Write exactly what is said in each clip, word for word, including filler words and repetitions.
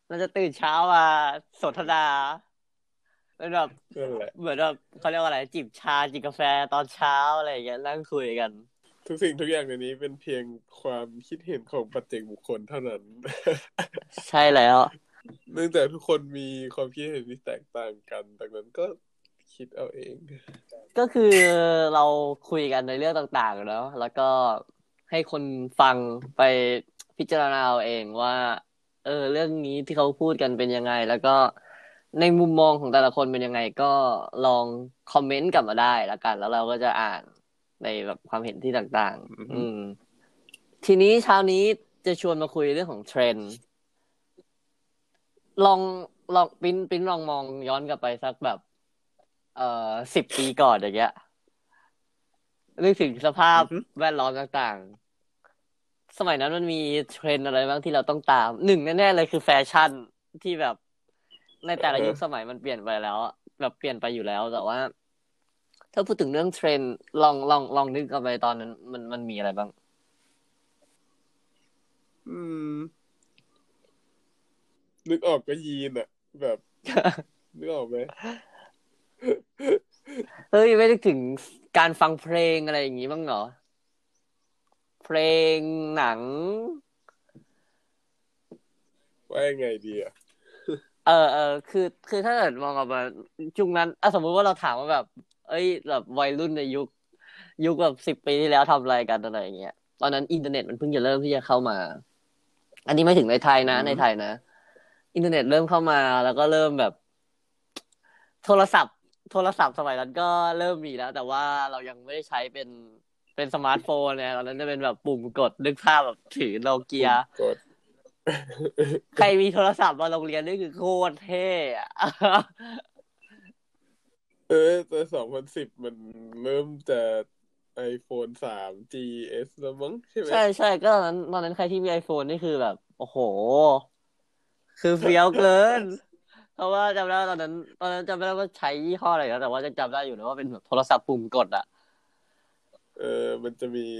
เราจะตื่นเช้ามาสนทนาเป็นแบบนั่นแหละเหมือนแบบเขาเรียกว่าอะไรจิบชาจิบกาแฟตอนเช้าอะไรอย่างเงี้ยนั่งคุยกันทุกสิ่งทุกอย่างในนี้เป็นเพียงความคิดเห็นของปัจเจกบุคคลเท่านั้นใช่แล้วเนื่องจากทุกคนมีความคิดเห็นที่แตกต่างกันดังนั้นก็คิดเอาเองก็คือเราคุยกันในเรื่องต่างๆเนาะแล้วก็ให้คนฟังไปพิจารณาเอาเองว่าเออเรื่องนี้ที่เขาพูดกันเป็นยังไงแล้วก็ในมุมมองของแต่ละคนเป็นยังไงก็ลองคอมเมนต์กลับมาได้ละกันแล้วเราก็จะอ่านในแบบความเห็นที่ต่างๆอืมทีนี้เช้านี้จะชวนมาคุยเรื่องของเทรนด์ลองลองปิ้นปิ้นลองมองย้อนกลับไปสักแบบเอ่อสิบปีก่อนอย่างเงี้ย นึกถึงสภาพอือฮึแวดล้อมต่างๆ สมัยนั้นมันมีเทรนด์อะไรบ้างที่เราต้องตามหนึ่งแน่ๆเลยคือแฟชั่นที่แบบในแต่ละยุคสมัยมันเปลี่ยนไปแล้วอะแบบเปลี่ยนไปอยู่แล้วแต่ว่าถ้าพูดถึงเรื่องเทรนด์ลองลองลองนึกกลับไปตอนนั้นมันมันมีอะไรบ้างอืมนึกออกก็ยีนอะแบบนึกออกไหมเฮ้ยไม่นึกถึงการฟังเพลงอะไรอย่างงี้บ้างเหรอเพลงหนังว่ายังไงดีอะเออเออคือคือถ้าเกิดมองกลับมาจุกนั้นอ่ะสมมุติว่าเราถามว่าแบบเอ้ยแบบวัยรุ่นในยุค ยุคแบบสิบปีที่แล้วทำอะไรกันอะไรอย่างเงี้ยตอนนั้นอินเทอร์เน็ตมันเพิ่งจะเริ่มที่จะเข้ามาอันนี้ไม่ถึงในไทยนะอืมในไทยนะอินเทอร์เน็ตเริ่มเข้ามาแล้วก็เริ่มแบบโทรศัพท์โทรศัพท์สมัยนั้นก็เริ่มมีแล้วแต่ว่าเรายังไม่ได้ใช้เป็นเป็นสมาร์ทโฟนเนี่ยตอนนั้นจะเป็นแบบปุ่มกดนึกภาพแบบถือโนเกียปุ่มกดใครมีโทรศัพท์มาโรงเรียนนี่คือโคตรเท่อะเออแต่สองพันสิบมันเริ่มจะ iPhone สาม จี เอส แล้วมั้งใช่ไหมใช่ใช่ก็ตอนนั้นตอนนั้นใครที่มีไอโฟนนี่คือแบบโอ้โหคือเฟี้ยวเกิน เพราะว่าจำได้ว่าตอนนั้นตอนนั้นจำไม่ได้ว่าใช้ยี่ห้ออะไรนะแต่ว่าจะจำได้อยู่นะว่าเป็นแบบโทรศัพท์ปุ่มกดอะเออมันจะมี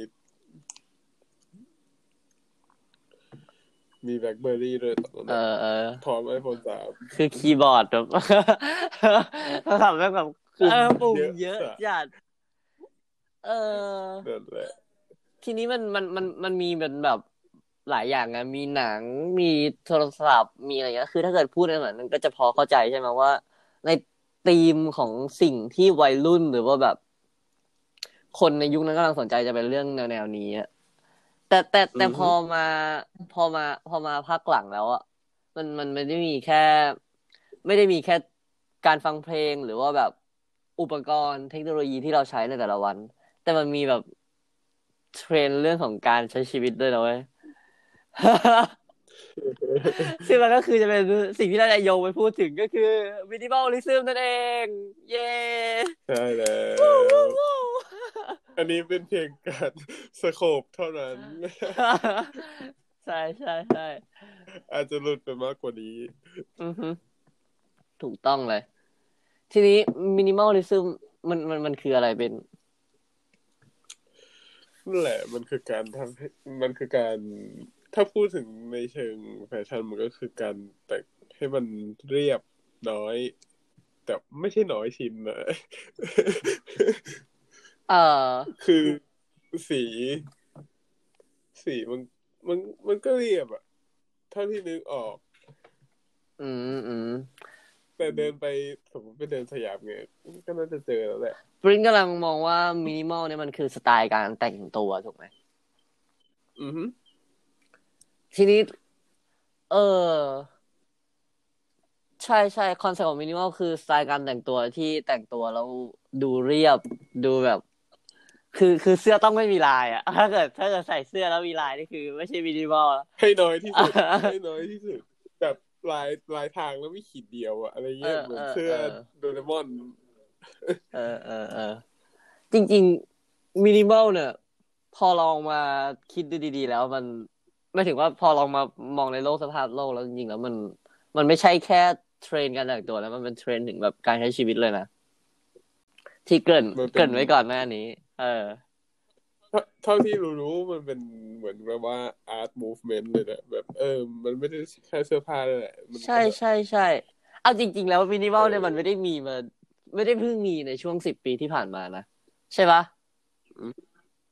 มี BlackBerry ด้วยตอนนั้นเอออะเออพร้อม iPhone สามคือคีย์บอร์ดแบบโทรศัพท์แม่งแบบเออปุ่มปุ่เยอะมเยอะสัสจัดเออนั่นแหละทีนี้มันมันมันมันมีเป็นแบบหลายอย่างอะมีหนังมีโทรศัพท์มีอะไรเงี้ยคือถ้าเกิดพูดในหนังมันก็จะพอเข้าใจใช่ไหมว่าในธีมของสิ่งที่วัยรุ่นหรือว่าแบบคนในยุคนั้นกำลังสนใจจะเป็นเรื่องแนวแนวนี้อะ แต่แต่แต่พออือฮึมาพอมาพอมาพักหลังแล้วอ่ะมันมันไม่ได้มีแค่ไม่ได้มีแค่การฟังเพลงหรือว่าแบบอุปกรณ์เทคโนโลยีที่เราใช้ในแต่ละวันแต่มันมีแบบเทรนด์เรื่องของการใช้ชีวิตด้วยนะเว้ยซึ่งมันก็คือจะเป็นสิ่งที่เราจะโยงไปพูดถึงก็คือมินิมอลลิซึมนั่นเองเย้ใช่แล้วู้วู้ววู้อันนี้เป็นเพียงการสโคปเท่านั้นใช่ใช่ใช่อาจจะหลุดไปมากกว่านี้อือฮึถูกต้องเลย ทีนี้มินิมอลลิซึมมันมันมันคืออะไรเป็นนั่นแหละมันคือการทำให้มันคือการถ้าพูดถึงในเชิงแฟชั่นมันก็คือการแต่งให้มันเรียบน้อยแต่ไม่ใช่น้อยชิ้นนะเอ่อคือสีสีมันมันมันก็เรียบอะเท่าที่นึกออกอืมอืมแต่เดินไปสมมติไปเดินสยามไงก็น่าจะเจอแล้วแหละปริ้นกำลังมองว่ามินิมอลเนี่ยมันคือสไตล์การแต่งตัวถูกไหมอือฮึทีนี้เออใช่ใช่คอนเซ็ปต์ของมินิมอลคือสไตล์การแต่งตัวที่แต่งตัวแล้วดูเรียบดูแบบคือคือเสื้อต้องไม่มีลายอ่ะถ้าเกิดถ้าเกิดใส่เสื้อแล้วมีลายนี่คือไม่ใช่มินิมอลให้น้อยที่สุดให้น้อยที่สุดแบบลายลายทางแล้วไม่ขีดเดียวอะอะไรเออเงี้ยเหมืเอออนเสื้อเออโดเรมอนเออเออเออจริงๆมินิมอลเนี่ยพอลองมาคิดดูดีๆแล้วมันไม่ถึงว่าพอลองมามองในโลกสภาพโลกแล้วจริงๆแล้วมันมันไม่ใช่แค่เทรนด์การแต่งตัวแล้วมันเป็นเทรนด์ถึงแบบการใช้ชีวิตเลยนะที่เกริ่นมันเป็นเกริ่นไว้ก่อนหน้านี้เออเท่าเท่าที่รู้ๆมันเป็นเหมือนแบบว่า art movement เลยนะแบบเออมันไม่ได้แค่เสื้อผ้าเลยแหละมันใช่ก็แบบใช่ใช่เอาจริงๆแล้วมินิมเออลเนี่ยมันไม่อได้มีมาไม่ได้เพิ่งมีในช่วงสิบปีที่ผ่านมานะใช่ปะอืม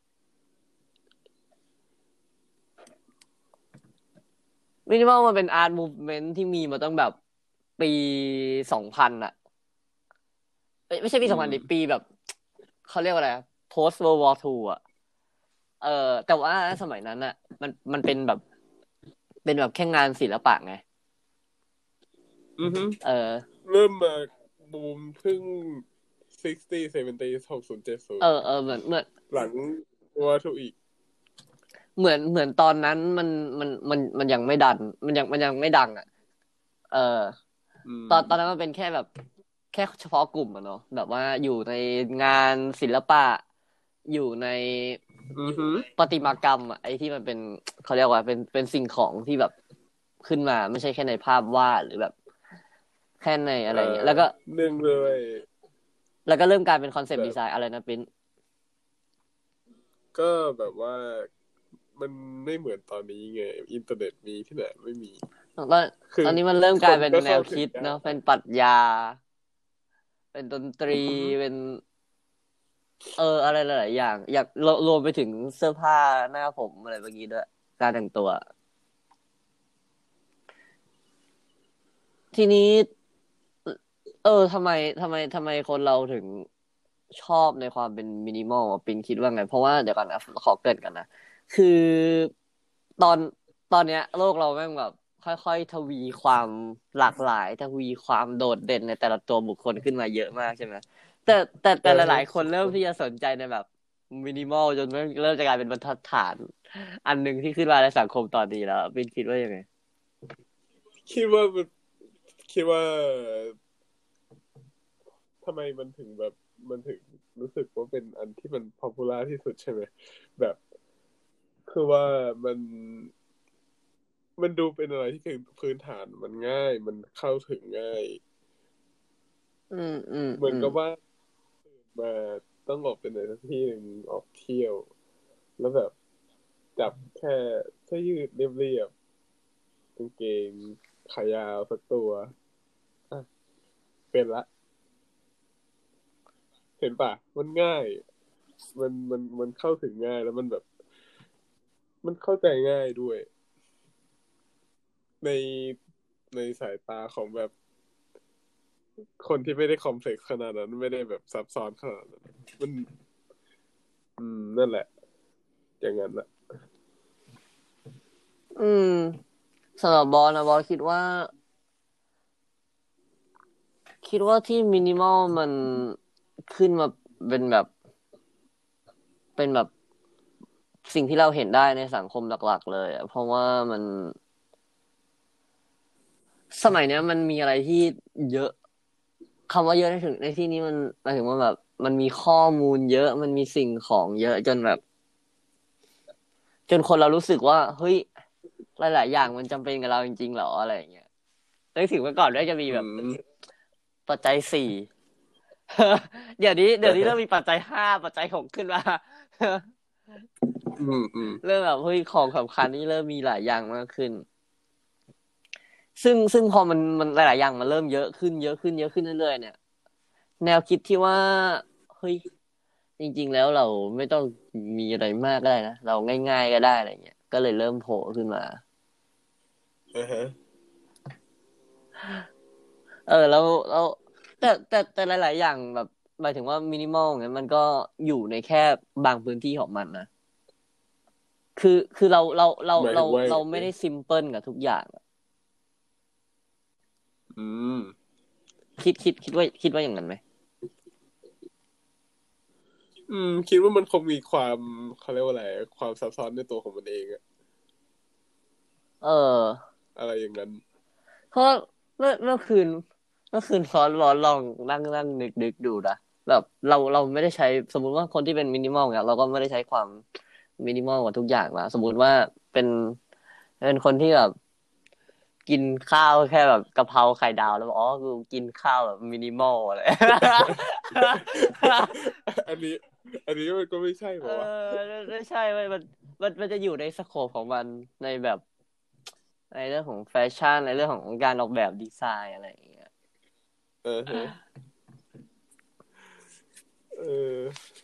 มินิมอลมันเป็นอาร์ตมูฟเมนต์ที่มีมาตั้งแบบปีสองพันอะเอ้ยไม่ใช่ปีอืมสองพันดิปีแบบเขาเรียกว่าอะไร post World War ทูอะเออแต่ว่าสมัยนั้นอะมันมันเป็นแบบเป็นแบบแค่งานศิลปะไงอือฮึเออเริ่มมาบูมเพิ่งหกสิบ เจ็ดสิบ หกสิบเออเจ็ดสิบเออเหมือนเหมือนหลังวัตถุอีกเหมือนเหมือนตอนนั้นมันมันมันมันยังไม่ดันมันยังมันยังไม่ดังอ่ะเอออืตอนตอนนั้นมมันเป็นแค่แบบแค่เฉพาะกลุ่มอะเนาะแบบว่าอยู่ในงานศิลปะอยู่ในอือฮึประติมากรรมอะไอ้ที่มันเป็นเขาเรียกว่าเป็นเป็นสิ่งของที่แบบขึ้นมาไม่ใช่แค่ในภาพวาดหรือแบบแค่ในอะไรอ่าเงี้ยแล้วก็เนื่องด้วยแล้วก็เริ่มกลายเป็นคอนเซปต์ดีแบบไซน์อะไรนะปิ้นก็แบบว่ามันไม่เหมือนตอนนี้ไงอินเทอร์เน็ตมีที่ไหนไม่มีตอนคือตอนนี้มันเริ่มคนกลายเป็นก็เข้าถึแนวคิดงได้เนาะเป็นปรัชญา เป็นดนตรีอือฮึเป็นเอออะไรหลายๆอย่างอยากรวรวมไปถึงเสื้อผ้าหน้าผมอะไรเมื่อกี้ด้วยการแต่งตัวทีนี้เออทำไมทำไมทำไมคนเราถึงชอบในความเป็นมินิมอลอะปิงคิดว่าไงเพราะว่าเดี๋ยวก่อนนะขอเกริ่นกันนะคือตอนตอนเนี้ยโลกเราแม่งแบบค่อยๆทวีความหลากหลายทวีความโดดเด่นในแต่ละตัวบุคคลขึ้นมาเยอะมากใช่ไหม แต่แต่แต่อ่าฮะหลายๆคนเริ่มที่จะสนใจในแบบมินิมอลจนเริ่มจะกลายเป็นบรรทัดฐานอันหนึ่งที่ขึ้นมาในสังคมตอนนี้แล้วบินคิดว่ายังไงคิดว่ามันคิดว่าทำไมมันถึงแบบมันถึงรู้สึกว่าเป็นอันที่มันพอ p u ล่าที่สุดใช่ไหมแบบคือว่ามันมันดูเป็นอะไรที่คือพื้นฐานมันง่ายมันเข้าถึงง่ายอืมอืมเหมือืมอนกับว่ามาต้องออกเป็นไหนสักที่หนึ่งออกเที่ยวแล้วแบบจับแค่เสื้อยืดเรียบๆกางเกงขายาวสักตัวอ่ะเป็นละเห็นปะมันง่ายมันมันมันเข้าถึงง่ายแล้วมันแบบมันเข้าใจง่ายด้วยในในสายตาของแบบคนที่ไม่ได้คอมเพล็กซ์ขนาดนั้นไม่ได้แบบซับซ้อนขนาดนั้นมันอืมนั่นแหละอย่างนั้นแหละอืมสำหรับบอลนะบอลคิดว่าคิดว่าที่มินิมอลมันขึ้นมาเป็นแบบเป็นแบบสิ่งที่เราเห็นได้ในสังคมหลักๆเลยอะเพราะว่ามันสมัยเนี้ยมันมีอะไรที่เยอะคำว่าเยอะในถึงในที่นี้มันหมายถึงว่าแบบมันมีข้อมูลเยอะมันมีสิ่งของเยอะจนแบบ จนคนเรารู้สึกว่าเฮ้ยหลายๆอย่างมันจำเป็นกับเราจริงๆหรออะไรอย่างเงี้ยนึกถึงเมื่อก่อนด้วยจะมีอืแบบมปัจจัยสี่เดี๋ยวนี้เดี๋ยวนี้นะฮะเริ่มมีปัจจัยห้าปัจจัยหกขึ้นมาอืมอืมเริ่มแบบเฮ้ยของสำคัญนี่เริ่มมีหลายอย่างมากขึ้นซึ่งซึ่งพอมันมันหลายๆอย่างมันเริ่มเยอะขึ้นเยอะขึ้นเยอะขึ้นเรื่อยๆเนี่ยแนวคิดที่ว่าเฮ้ยจริงๆแล้วเราไม่ต้องมีอะไรมากก็ได้นะเราง่ายๆก็ได้อะไรเงี้ยก็เลยเริ่มโผล่ขึ้นมาอ่าฮะเออแล้วแล้วแต่แต่แต่หลายๆอย่างแบบหมายถึงว่ามินิมอลเงี้ยมันก็อยู่ในแค่บางพื้นที่ของมันนะคือคือเราเราเราเราหมายถึงว่าเราไม่ได้ซิมเพิลกับทุกอย่างอะอืมคิดคิดคิดว่าคิดว่าอย่างนั้นไหมอืมคิดว่ามันคงมีความเขาเรียกว่าอะไรความซับซ้อนในตัวของมันเองอะเอออะไรอย่างนั้นเพราะเมื่อเมื่อคืนเมื่อคืนฟอนร้อนลองนั่งนั่งนึกนึกดูนะแบบเราเราไม่ได้ใช้สมมุติว่าคนที่เป็นมินิมอลเนี่ยเราก็ไม่ได้ใช้ความมินิมอลกับทุกอย่างละสมมุติว่าเป็นเป็นคนที่แบบ กินข้าวแค่แบบกะเพราไข่ดาวแล้วบอกอ๋อกูกินข้าวแบบมินิมอลอะไรอันนี้อันนี้มันก็ไม่ใช่เอป่าวะอไม่ใช่เว้ยมันมันมันจะอยู่ในสโคปของมันในแบบในเรื่องของแฟชั่นในเรื่องของการออกแบบดีไซน์อะไรอย่างเงี้ยเออฮะเออ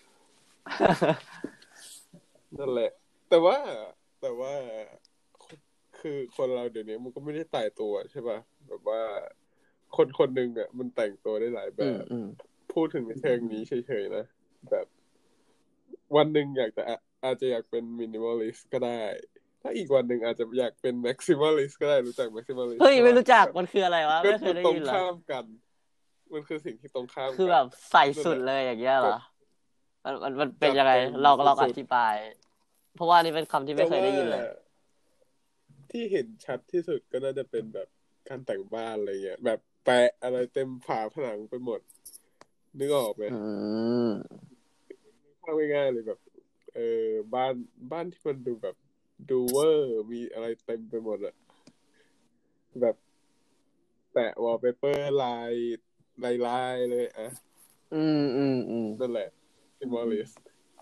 นั่นแหละแต่ว่าแต่ว่าคือคนเราเดี๋ยวนี้มันก็ไม่ได้ตายตัวใช่ป่ะแบบว่าคนคนหนึ่งอ่ะมันแต่งตัวได้หลายแบอืมบอืมพูดถึงในเชิงนี้เฉยๆนะแบบวันหนึ่งอยากจะอาจจะอยากเป็นมินิมอลิสต์ก็ได้ถ้าอีกวันหนึ่งอาจจะอยากเป็นแม็กซิมอลิสต์ก็ได้รู้จักแม็กซิมอลิสเฮ้ยต์ใช่ป่ะไม่รู้จักแบบมันคืออะไรวะก็ไม่เคมันตรงยได้ยินเหรอข้ามกันมันคือสิ่งที่ตรงข้ามกันคือแบบใส่นั่นแหละสุดเลยอย่างเงี้ยเหรแบบอมันมันมันเป็นจัดยังไงเต็มลองลองอสุดธิบายเพราะว่านี่เป็นคำที่ๆแต่ไม่เคยว่าได้ยินเลยที่เห็นชัดที่สุดก็น่าจะเป็นแบบการแต่งบ้านอะไรเงี้ยแบบแปะอะไรเต็มฝาผนังไปหมดนึกออกไหมอืมถ้าง่ายๆเลยแบบเออบ้านบ้านที่มันดูแบบดูเวอร์มีอะไรเต็มไปหมดอะแบบแปะวอลเปเปอร์ลายลายลายเลยอะอืมอืมอืมนั่นแหละอิมอลิส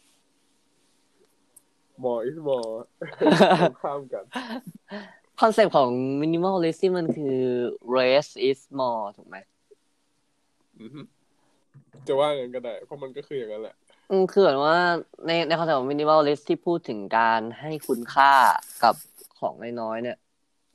มออิสมอตรงข้ามกันคอนเซปต์ของ minimalism มันคือ less is more ถูกไหมอือฮึจะว่างั้นก็ได้เพราะมันก็คืออย่างนั้นแหละอืมคือเหมือนว่าในในคอนเซปต์ของ minimalist ที่พูดถึงการให้คุณค่ากับของน้อยๆเนี่ย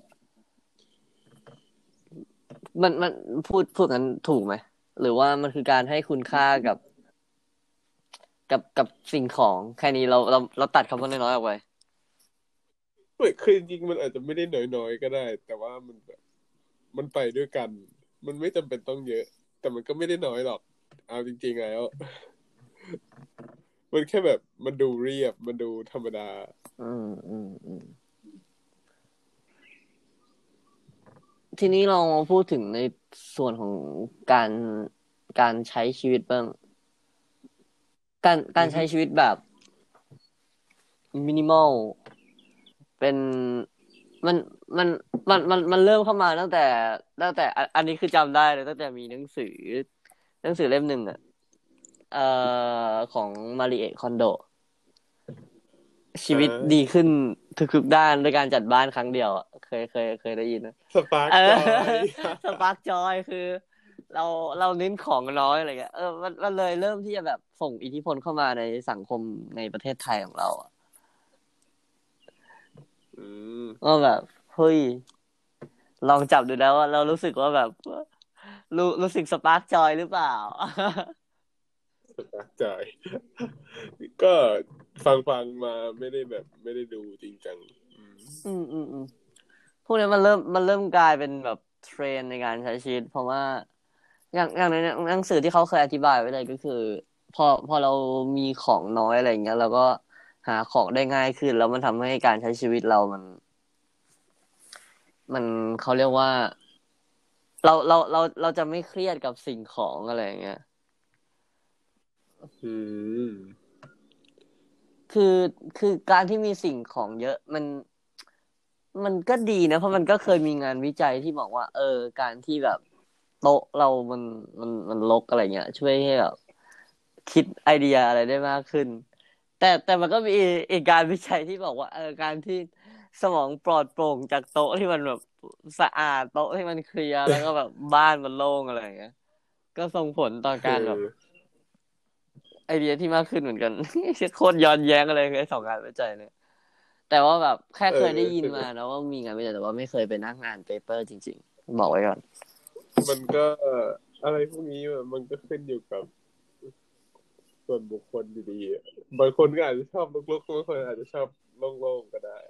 มันมันพูดพูดกันถูกไหมหรือว่ามันคือการให้คุณค่ากับกับกับสิ่งของแค่นี้เราเราเราตัดคำว่าน้อยๆออกไปเฮ้ยคือจริงๆมันอาจจะไม่ได้น้อยๆก็ได้แต่ว่ามันแบบมันไปด้วยกันมันไม่จำเป็นต้องเยอะแต่มันก็ไม่ได้น้อยหรอกเอาจริงๆแล้วมันแค่แบบมันดูเรียบมันดูธรรมดาอืมอืมอืมทีนี้เรามาพูดถึงในส่วนของการการใช้ชีวิตบ้างการการอือฮึใช้ชีวิตแบบมินิมอล เป็นมันมันมันมันมันเริ่มเข้ามาตั้งแต่ตั้งแต่อันอันนี้คือจำได้เลยตั้งแต่มีหนังสือหนังสือเล่มหนึ่งอ่ะเอ่อของมาริเอะคอนโดชีอ่วิตดีาขึ้นทุกๆด้านด้วยการจัดบ้านครั้งเดียวอ่ะเคยเคยเคยได้ยินนะสปาร์เออกจอยสปาร์กจอยคือเราเราเน้นของน้อยอะไรเงี้ยเออมันมันเลยเริ่มที่จะแบบส่งอิทธิพลเข้ามาในสังคมในประเทศไทยของเราอ่ะอืมว่าแบบเฮ้ย ลองจับดูแล้วว่าเรารู้สึกว่าแบบรู้รู้สึกสปาร์กจอยหรือเปล่าสปาร์กจอยก็ฟังฟังมาไม่ได้แบบไม่ได้ดูจริงจังอืมอืมอืมอืมพวกนี้มันเริ่มมันเริ่มกลายเป็นแบบเทรนในการใช้ชีวิตเพราะว่าอย่างอย่างในหนังสือที่เขาเคยอธิบายไว้เลยก็คือพอพอเรามีของน้อยอะไรอย่างเงี้ยเราก็หาของได้ง่ายขึ้นแล้วมันทำให้การใช้ชีวิตเรามันมันเขาเรียกว่าเราเราเราเราจะไม่เครียดกับสิ่งของอะไรอย่างเงี้ยอืมคือคือการที่มีสิ่งของเยอะมันมันก็ดีนะเพราะมันก็เคยมีงานวิจัยที่บอกว่าเออการที่แบบโต๊ะเรามันมันมันรกอะไรเงี้ยช่วยให้แบบคิดไอเดียอะไรได้มากขึ้นแต่แต่มันก็มีอีกการวิจัยที่บอกว่าเออการที่สมองปลอดโปร่งจากโต๊ะที่มันแบบสะอาดโต๊ะที่มันเคลียร์แล้วก็แบบบ้านมันโล่งอะไรอย่างเงี้ยก็ส่งผลต่อเการแบบออไอเดียที่มากขึ้นเหมือนกันโคตรย้อนแย้งอะไรเลยสองงานวิจัยเนี่ย แต่ว่าแบบแค่เออเคยได้ยินใช่ไหมมานะว่ามีงานวิจัยแต่ว่าไม่เคยไปนั่งอ่านเปเปอร์จริงๆบอกไว้ก่อนมันก็อะไรพวกนี้มันก็ขึ้นอยู่กับส่วนบุคคลดีๆอะบางคนก็อาจจะชอบลุกๆบางคนอาจจะชอบโล่งๆก็ได้